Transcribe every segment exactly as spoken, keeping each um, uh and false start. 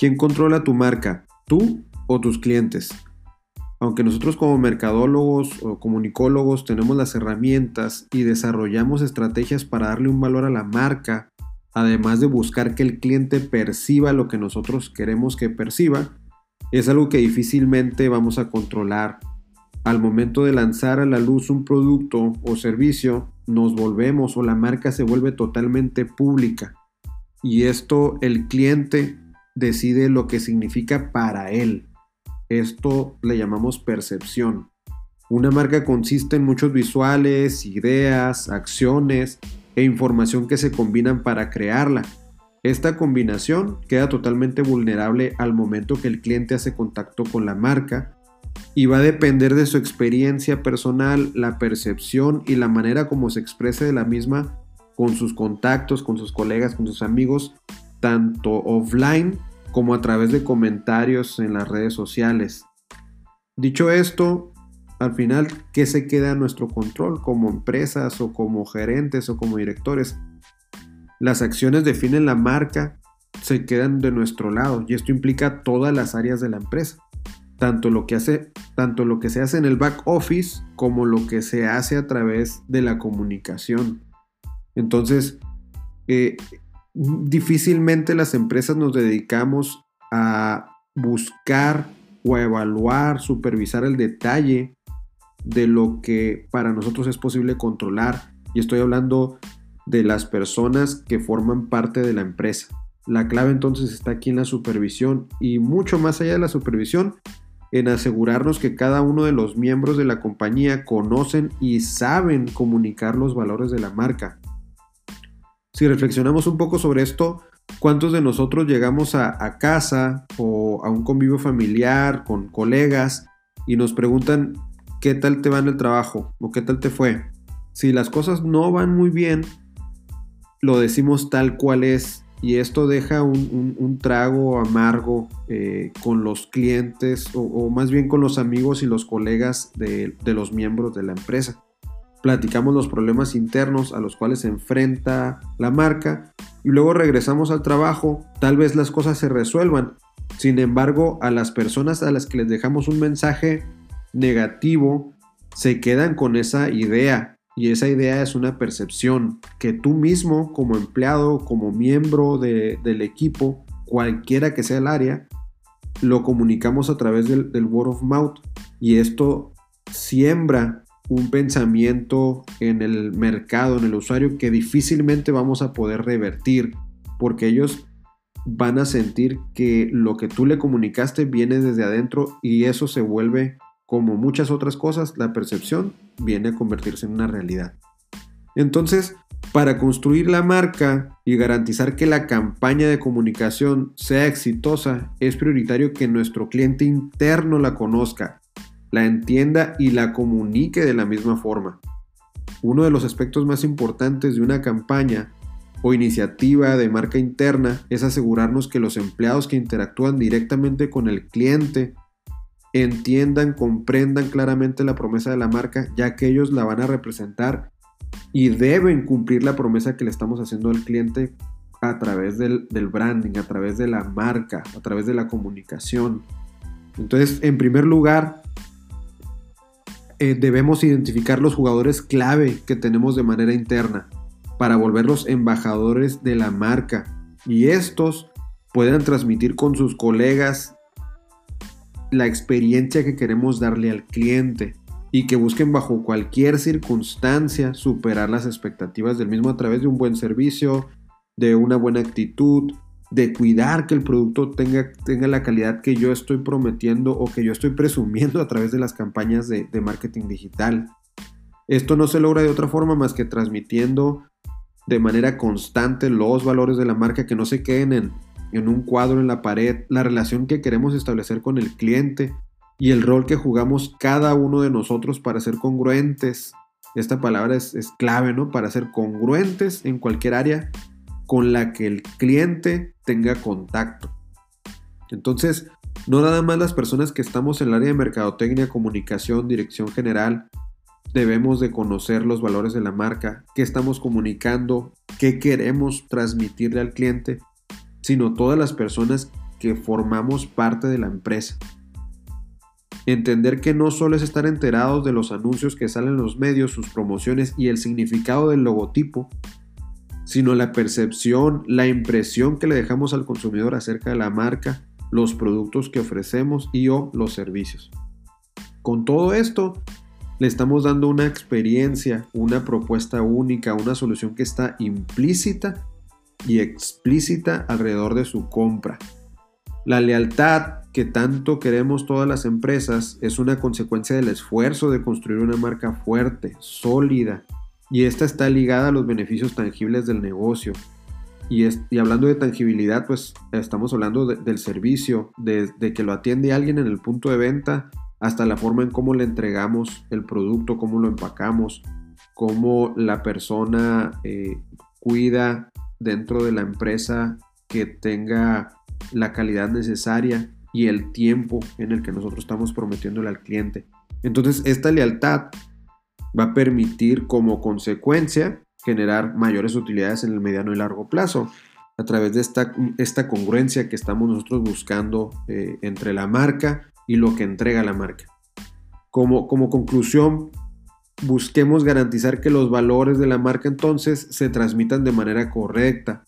¿Quién controla tu marca? ¿Tú o tus clientes? Aunque nosotros como mercadólogos o comunicólogos tenemos las herramientas y desarrollamos estrategias para darle un valor a la marca, además de buscar que el cliente perciba lo que nosotros queremos que perciba, es algo que difícilmente vamos a controlar. Al momento de lanzar a la luz un producto o servicio, nos volvemos o la marca se vuelve totalmente pública. Y esto el cliente decide lo que significa para él. Esto le llamamos percepción. Una marca consiste en muchos visuales, ideas, acciones e información que se combinan para crearla. Esta combinación queda totalmente vulnerable al momento que el cliente hace contacto con la marca y va a depender de su experiencia personal, la percepción y la manera como se exprese de la misma con sus contactos, con sus colegas, con sus amigos, tanto offline como a través de comentarios en las redes sociales. Dicho esto, al final, ¿qué se queda a nuestro control como empresas o como gerentes o como directores? Las acciones definen la marca, se quedan de nuestro lado y esto implica todas las áreas de la empresa. Tanto lo que hace, tanto lo que se hace en el back office como lo que se hace a través de la comunicación. Entonces, eh, difícilmente las empresas nos dedicamos a buscar o a evaluar, supervisar el detalle de lo que para nosotros es posible controlar. Y estoy hablando de las personas que forman parte de la empresa. La clave entonces está aquí en la supervisión y mucho más allá de la supervisión, en asegurarnos que cada uno de los miembros de la compañía conocen y saben comunicar los valores de la marca. Si reflexionamos un poco sobre esto, ¿cuántos de nosotros llegamos a, a casa o a un convivio familiar con colegas y nos preguntan qué tal te va en el trabajo o qué tal te fue? Si las cosas no van muy bien, lo decimos tal cual es y esto deja un, un, un trago amargo eh, con los clientes o, o más bien con los amigos y los colegas de, de los miembros de la empresa. Platicamos los problemas internos a los cuales se enfrenta la marca y luego regresamos al trabajo, tal vez las cosas se resuelvan. Sin embargo, a las personas a las que les dejamos un mensaje negativo se quedan con esa idea y esa idea es una percepción que tú mismo como empleado, como miembro de, del equipo, cualquiera que sea el área, lo comunicamos a través del, del word of mouth y esto siembra un pensamiento en el mercado, en el usuario que difícilmente vamos a poder revertir porque ellos van a sentir que lo que tú le comunicaste viene desde adentro y eso se vuelve, como muchas otras cosas, la percepción viene a convertirse en una realidad. Entonces, para construir la marca y garantizar que la campaña de comunicación sea exitosa, es prioritario que nuestro cliente interno la conozca, la entienda y la comunique de la misma forma. Uno de los aspectos más importantes de una campaña o iniciativa de marca interna es asegurarnos que los empleados que interactúan directamente con el cliente entiendan, comprendan claramente la promesa de la marca, ya que ellos la van a representar y deben cumplir la promesa que le estamos haciendo al cliente a través del, del branding, a través de la marca, a través de la comunicación. Entonces, en primer lugar, eh, debemos identificar los jugadores clave que tenemos de manera interna para volverlos embajadores de la marca y estos puedan transmitir con sus colegas la experiencia que queremos darle al cliente y que busquen bajo cualquier circunstancia superar las expectativas del mismo a través de un buen servicio, de una buena actitud, de cuidar que el producto tenga, tenga la calidad que yo estoy prometiendo o que yo estoy presumiendo a través de las campañas de, de marketing digital. Esto no se logra de otra forma más que transmitiendo de manera constante los valores de la marca, que no se queden en en un cuadro en la pared, la relación que queremos establecer con el cliente y el rol que jugamos cada uno de nosotros para ser congruentes. Esta palabra es, es clave, ¿no? Para ser congruentes en cualquier área con la que el cliente tenga contacto. Entonces, no nada más las personas que estamos en el área de mercadotecnia, comunicación, dirección general, debemos de conocer los valores de la marca, qué estamos comunicando, qué queremos transmitirle al cliente, sino todas las personas que formamos parte de la empresa. Entender que no solo es estar enterados de los anuncios que salen en los medios, sus promociones y el significado del logotipo, sino la percepción, la impresión que le dejamos al consumidor acerca de la marca, los productos que ofrecemos y o los servicios. Con todo esto, le estamos dando una experiencia, una propuesta única, una solución que está implícita y explícita alrededor de su compra. La lealtad que tanto queremos todas las empresas es una consecuencia del esfuerzo de construir una marca fuerte, sólida, y esta está ligada a los beneficios tangibles del negocio. Y, es, y hablando de tangibilidad, pues estamos hablando de, del servicio, de, de que lo atiende alguien en el punto de venta, hasta la forma en cómo le entregamos el producto, cómo lo empacamos, cómo la persona eh, cuida dentro de la empresa que tenga la calidad necesaria y el tiempo en el que nosotros estamos prometiéndole al cliente. Entonces, esta lealtad va a permitir como consecuencia generar mayores utilidades en el mediano y largo plazo a través de esta, esta congruencia que estamos nosotros buscando eh, entre la marca y lo que entrega la marca. Como, como conclusión, busquemos garantizar que los valores de la marca entonces se transmitan de manera correcta.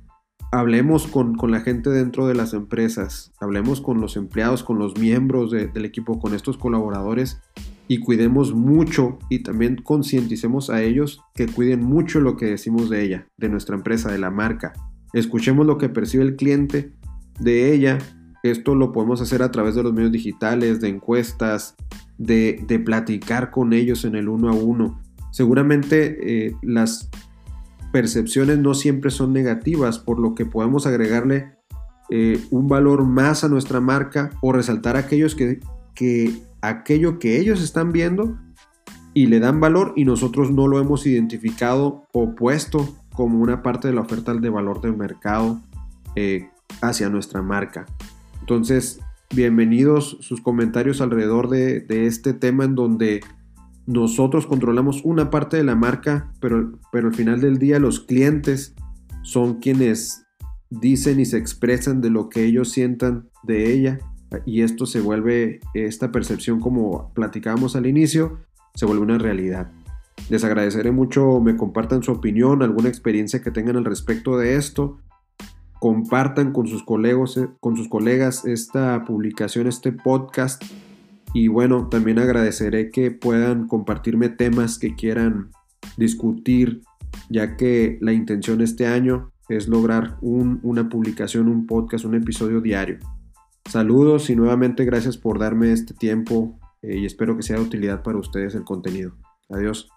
Hablemos con, con la gente dentro de las empresas, hablemos con los empleados, con los miembros de, del equipo, con estos colaboradores y cuidemos mucho y también concienticemos a ellos que cuiden mucho lo que decimos de ella, de nuestra empresa, de la marca. Escuchemos lo que percibe el cliente de ella. Esto lo podemos hacer a través de los medios digitales, de encuestas, de, de platicar con ellos en el uno a uno. Seguramente eh, las percepciones no siempre son negativas, por lo que podemos agregarle eh, un valor más a nuestra marca o resaltar aquellos que, que, aquello que ellos están viendo y le dan valor y nosotros no lo hemos identificado o puesto como una parte de la oferta de valor del mercado eh, hacia nuestra marca. Entonces, bienvenidos sus comentarios alrededor de, de este tema en donde nosotros controlamos una parte de la marca, pero, pero al final del día los clientes son quienes dicen y se expresan de lo que ellos sientan de ella, y esto se vuelve, esta percepción, como platicábamos al inicio, se vuelve una realidad. Les agradeceré mucho me compartan su opinión, alguna experiencia que tengan al respecto de esto. Compartan con sus colegas, con sus colegas esta publicación, este podcast. Y bueno, también agradeceré que puedan compartirme temas que quieran discutir, ya que la intención este año es lograr un, una publicación, un podcast, un episodio diario. Saludos y nuevamente gracias por darme este tiempo eh, y espero que sea de utilidad para ustedes el contenido. Adiós.